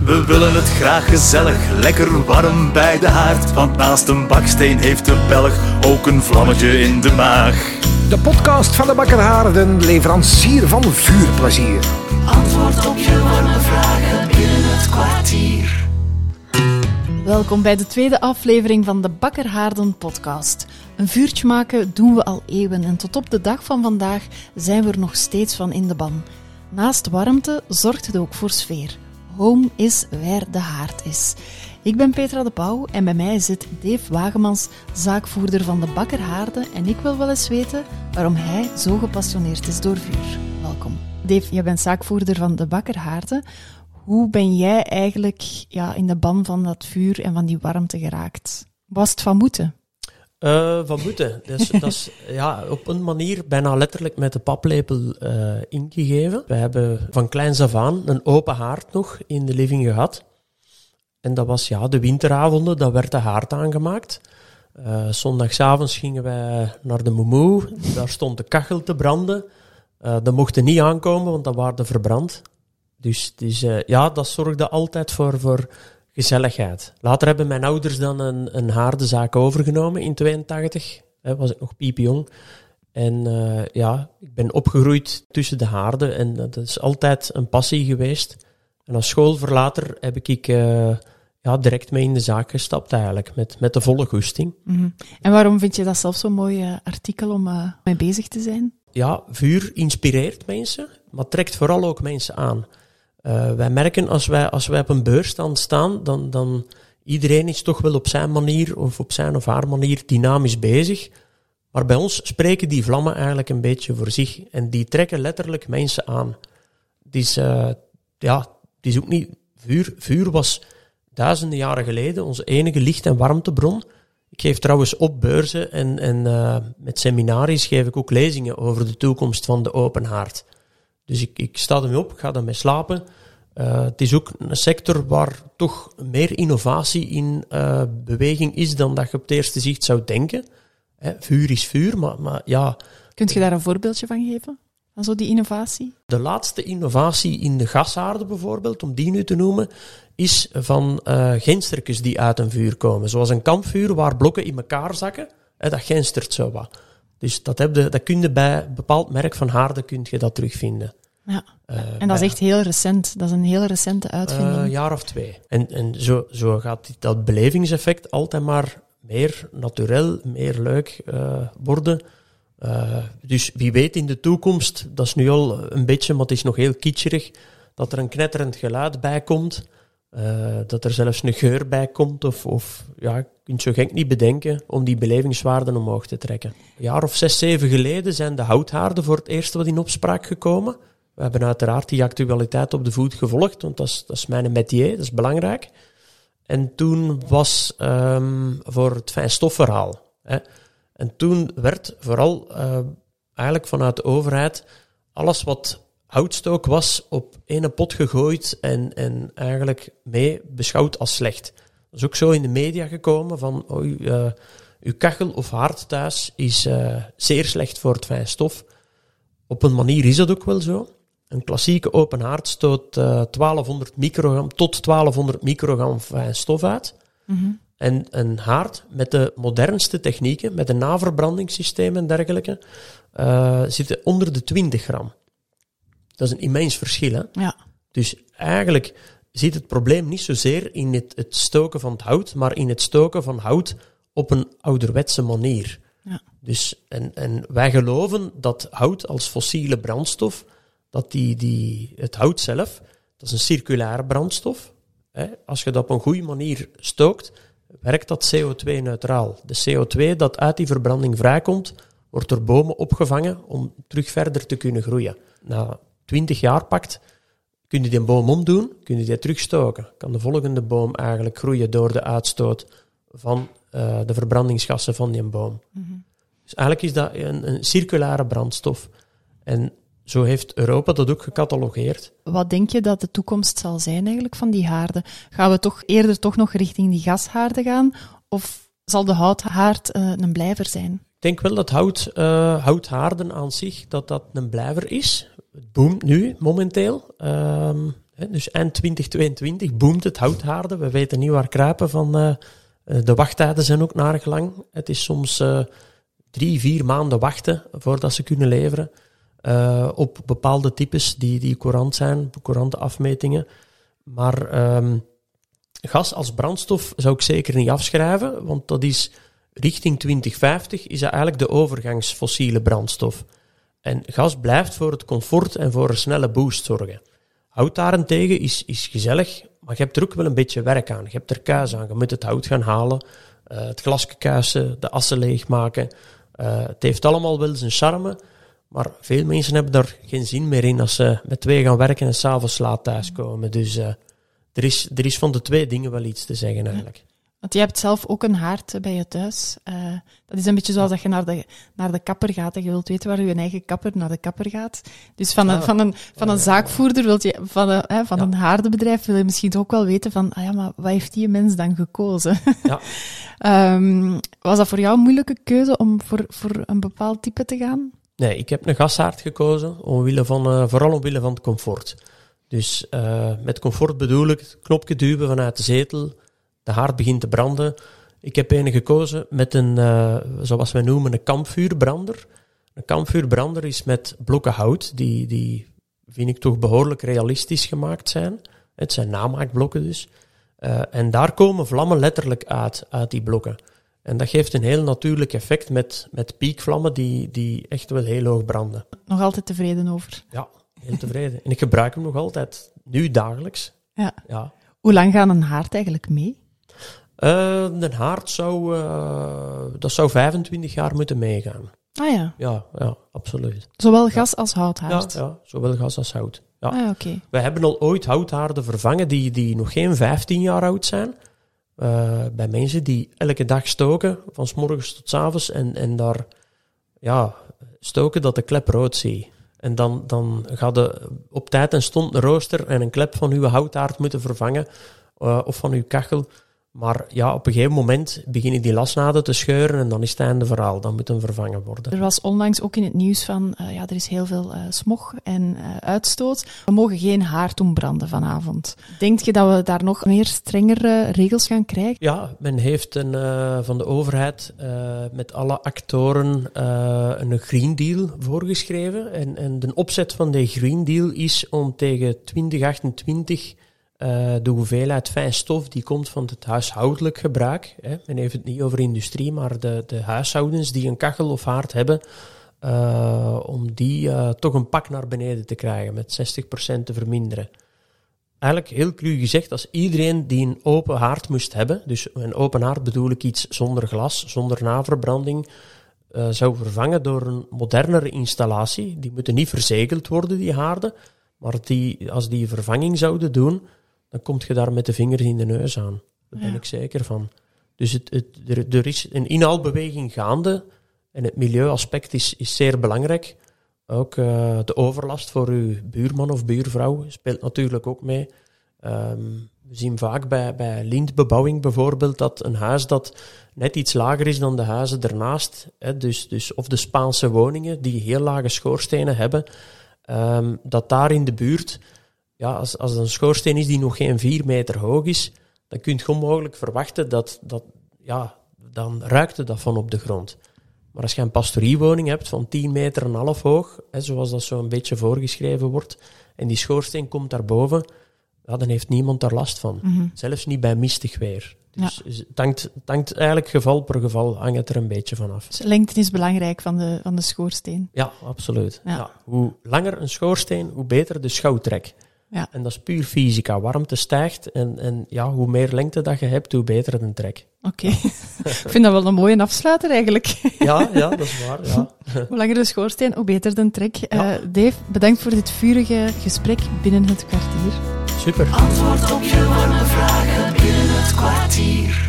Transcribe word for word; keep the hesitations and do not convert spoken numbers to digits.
We willen het graag gezellig, lekker warm bij de haard. Want naast een baksteen heeft de Belg ook een vlammetje in de maag. De podcast van de Bakker Haarden, leverancier van vuurplezier. Antwoord op je warme vragen binnen het kwartier. Welkom bij de tweede aflevering van de Bakker Haarden podcast. Een vuurtje maken doen we al eeuwen en tot op de dag van vandaag zijn we er nog steeds van in de ban. Naast warmte zorgt het ook voor sfeer. Home is waar de haard is. Ik ben Petra de Pauw en bij mij zit Dave Wagemans, zaakvoerder van de Bakker Haarden. En ik wil wel eens weten waarom hij zo gepassioneerd is door vuur. Welkom. Dave, jij bent zaakvoerder van de Bakker Haarden. Hoe ben jij eigenlijk ja, in de ban van dat vuur en van die warmte geraakt? Was het van moeten? Uh, van moeten. Dat is, dat is ja, op een manier bijna letterlijk met de paplepel uh, ingegeven. We hebben van kleins af aan een open haard nog in de living gehad. En dat was ja, de winteravonden, dat werd de haard aangemaakt. Uh, Zondagsavonds gingen wij naar de moemoe. Daar stond de kachel te branden. Uh, dat mochten niet aankomen, want dat waren verbrand. Dus, dus uh, ja, dat zorgde altijd voor... voor gezelligheid. Later hebben mijn ouders dan een, een haardenzaak overgenomen in tweeëntachtig. Hè, was ik nog piepjong. En uh, ja, ik ben opgegroeid tussen de haarden en dat is altijd een passie geweest. En als schoolverlater heb ik uh, ja, direct mee in de zaak gestapt eigenlijk, met, met de volle goesting. Mm-hmm. En waarom vind je dat zelf zo'n mooi uh, artikel om uh, mee bezig te zijn? Ja, vuur inspireert mensen, maar trekt vooral ook mensen aan. Uh, wij merken als wij, als wij op een beursstand staan, dan, dan iedereen is toch wel op zijn manier of op zijn of haar manier dynamisch bezig. Maar bij ons spreken die vlammen eigenlijk een beetje voor zich en die trekken letterlijk mensen aan. Het is, uh, ja, het is ook niet... Vuur, vuur was duizenden jaren geleden onze enige licht- en warmtebron. Ik geef trouwens op beurzen en, en uh, met seminaries geef ik ook lezingen over de toekomst van de open haard. Dus ik, ik sta ermee op, ik ga ermee slapen. Uh, het is ook een sector waar toch meer innovatie in uh, beweging is dan dat je op het eerste zicht zou denken. Hè, vuur is vuur, maar, maar ja... Kunt je daar een voorbeeldje van geven? Van zo die innovatie? De laatste innovatie in de gashaarden bijvoorbeeld, om die nu te noemen, is van uh, genstertjes die uit een vuur komen. Zoals een kampvuur waar blokken in elkaar zakken, hè, dat genstert zo wat. Dus dat, heb je, dat kun je bij een bepaald merk van haarden kun je dat terugvinden. Ja. Uh, en dat is echt heel recent. Dat is een heel recente uitvinding. Een uh, jaar of twee. En, en zo, zo gaat dat belevingseffect altijd maar meer naturel, meer leuk uh, worden. Uh, dus wie weet in de toekomst, dat is nu al een beetje, maar het is nog heel kitscherig, dat er een knetterend geluid bij komt. Uh, dat er zelfs een geur bij komt, of, of ja, je kunt zo gek niet bedenken om die belevingswaarden omhoog te trekken. Een jaar of zes, zeven geleden zijn de houthaarden voor het eerst wat in opspraak gekomen. We hebben uiteraard die actualiteit op de voet gevolgd, want dat is, dat is mijn métier, dat is belangrijk. En toen was um, voor het fijnstofverhaal. Hè. En toen werd vooral uh, eigenlijk vanuit de overheid alles wat houtstook was op ene pot gegooid en, en eigenlijk mee beschouwd als slecht. Dat is ook zo in de media gekomen van oh, uh, uw kachel of haard thuis is uh, zeer slecht voor het fijnstof. Op een manier is dat ook wel zo. Een klassieke open haard stoot uh, twaalfhonderd microgram tot twaalfhonderd microgram fijnstof uit. Mm-hmm. En een haard met de modernste technieken, met een naverbrandingssysteem en dergelijke, uh, zitten onder de twintig gram. Dat is een immens verschil. Hè? Ja. Dus eigenlijk zit het probleem niet zozeer in het, het stoken van het hout, maar in het stoken van hout op een ouderwetse manier. Ja. Dus, en, en wij geloven dat hout als fossiele brandstof, dat die, die, het hout zelf, dat is een circulaire brandstof. Hè? Als je dat op een goede manier stookt, werkt dat C O twee neutraal. De C O twee dat uit die verbranding vrijkomt, wordt door bomen opgevangen om terug verder te kunnen groeien. Na twintig jaar pakt, kun je die boom omdoen, kun je die terugstoken. Kan de volgende boom eigenlijk groeien door de uitstoot van uh, de verbrandingsgassen van die boom. Mm-hmm. Dus eigenlijk is dat een, een circulaire brandstof. En zo heeft Europa dat ook gecatalogeerd. Wat denk je dat de toekomst zal zijn eigenlijk van die haarden? Gaan we toch eerder toch nog richting die gashaarden gaan? Of zal de houthaard uh, een blijver zijn? Ik denk wel dat hout, uh, houthaarden aan zich, dat dat een blijver is. Het boomt nu, momenteel. Uh, Hè, dus eind twintig tweeëntwintig boomt het houthaarden. We weten niet waar kruipen van. Uh, de wachttijden zijn ook naar gelang. Het is soms uh, drie, vier maanden wachten voordat ze kunnen leveren. Uh, op bepaalde types die, die courant zijn, courante afmetingen. Maar um, gas als brandstof zou ik zeker niet afschrijven, want dat is richting twintig vijftig is dat eigenlijk de overgangsfossiele brandstof. En gas blijft voor het comfort en voor een snelle boost zorgen. Hout daarentegen is, is gezellig, maar je hebt er ook wel een beetje werk aan. Je hebt er kuis aan, je moet het hout gaan halen, uh, het glas kuisen, de assen leegmaken. Uh, het heeft allemaal wel zijn charme, maar veel mensen hebben daar geen zin meer in als ze met twee gaan werken en 's avonds laat thuiskomen. Dus uh, er, is, er is van de twee dingen wel iets te zeggen eigenlijk. Want je hebt zelf ook een haard bij je thuis. Uh, dat is een beetje zoals dat je naar de, naar de kapper gaat en je wilt weten waar je eigen kapper naar de kapper gaat. Dus van een, ah, van een, van een ja, zaakvoerder, wilt je, van, een, hè, van ja. een haardenbedrijf, wil je misschien ook wel weten van, ah ja, maar wat heeft die mens dan gekozen? Ja. um, was dat voor jou een moeilijke keuze om voor, voor een bepaald type te gaan? Nee, ik heb een gashaard gekozen, omwille van, uh, vooral omwille van het comfort. Dus uh, met comfort bedoel ik het knopje duwen vanuit de zetel, de haard begint te branden. Ik heb een gekozen met een, uh, zoals wij noemen, een kampvuurbrander. Een kampvuurbrander is met blokken hout, die, die vind ik toch behoorlijk realistisch gemaakt zijn. Het zijn namaakblokken dus. Uh, en daar komen vlammen letterlijk uit, uit die blokken. En dat geeft een heel natuurlijk effect met, met piekvlammen die, die echt wel heel hoog branden. Nog altijd tevreden over? Ja, heel tevreden. En ik gebruik hem nog altijd, nu dagelijks. Ja. Ja. Hoe lang gaat een haard eigenlijk mee? Uh, een haard zou, uh, dat zou vijfentwintig jaar moeten meegaan. Ah ja. Ja, ja, absoluut. Zowel gas als houthaard? Ja, ja, zowel gas als hout. Ja. Ah, okay. We hebben al ooit houthaarden vervangen die, die nog geen vijftien jaar oud zijn. Uh, bij mensen die elke dag stoken, van 's morgens tot 's avonds, en, en daar ja, stoken dat de klep rood zie. En dan, dan gaat je op tijd en stond een rooster en een klep van uw houthaard moeten vervangen, uh, of van uw kachel. Maar ja, op een gegeven moment beginnen die lasnaden te scheuren en dan is het einde verhaal. Dan moet hem vervangen worden. Er was onlangs ook in het nieuws van, uh, ja, er is heel veel uh, smog en uh, uitstoot. We mogen geen haard doen branden vanavond. Denk je dat we daar nog meer strengere regels gaan krijgen? Ja, men heeft een, uh, van de overheid uh, met alle actoren uh, een Green Deal voorgeschreven. En, en de opzet van die Green Deal is om tegen twintig achtentwintig... Uh, de hoeveelheid fijnstof die komt van het huishoudelijk gebruik. Hè. Men heeft het niet over industrie, maar de, de huishoudens die een kachel of haard hebben, uh, om die uh, toch een pak naar beneden te krijgen, met zestig procent te verminderen. Eigenlijk heel cru gezegd, als iedereen die een open haard moest hebben, dus een open haard bedoel ik iets zonder glas, zonder naverbranding, uh, zou vervangen door een modernere installatie. Die moeten niet verzegeld worden, die haarden, maar die, als die vervanging zouden doen, dan kom je daar met de vingers in de neus aan. Daar ben ja. ik zeker van. Dus het, het, er, er is een inhaalbeweging gaande en het milieuaspect is, is zeer belangrijk. Ook uh, de overlast voor uw buurman of buurvrouw speelt natuurlijk ook mee. Um, we zien vaak bij, bij lintbebouwing bijvoorbeeld dat een huis dat net iets lager is dan de huizen ernaast, hè, dus, dus, of de Spaanse woningen die heel lage schoorstenen hebben, um, dat daar in de buurt... Ja, als, als het een schoorsteen is die nog geen vier meter hoog is, dan kun je onmogelijk verwachten dat, dat ja, dan ruikt het dat van op de grond. Maar als je een pastoriewoning hebt van tien meter en half hoog, hè, zoals dat zo een beetje voorgeschreven wordt, en die schoorsteen komt daarboven, ja, dan heeft niemand daar last van. Mm-hmm. Zelfs niet bij mistig weer. Dus ja. het, hangt, het hangt eigenlijk geval per geval hangt het er een beetje vanaf. Dus lengte is belangrijk van de, van de schoorsteen. Ja, absoluut. Ja. Ja, hoe langer een schoorsteen, hoe beter de schouwtrek. Ja. En dat is puur fysica. Warmte stijgt en, en ja, hoe meer lengte dat je hebt, hoe beter de trek. Oké. Okay. Ik vind dat wel een mooie afsluiter eigenlijk. Ja, ja, dat is waar. Ja. Hoe langer de schoorsteen, hoe beter de trek. Ja. Uh, Dave, bedankt voor dit vurige gesprek binnen het kwartier. Super. Antwoord op je warme vragen binnen het kwartier.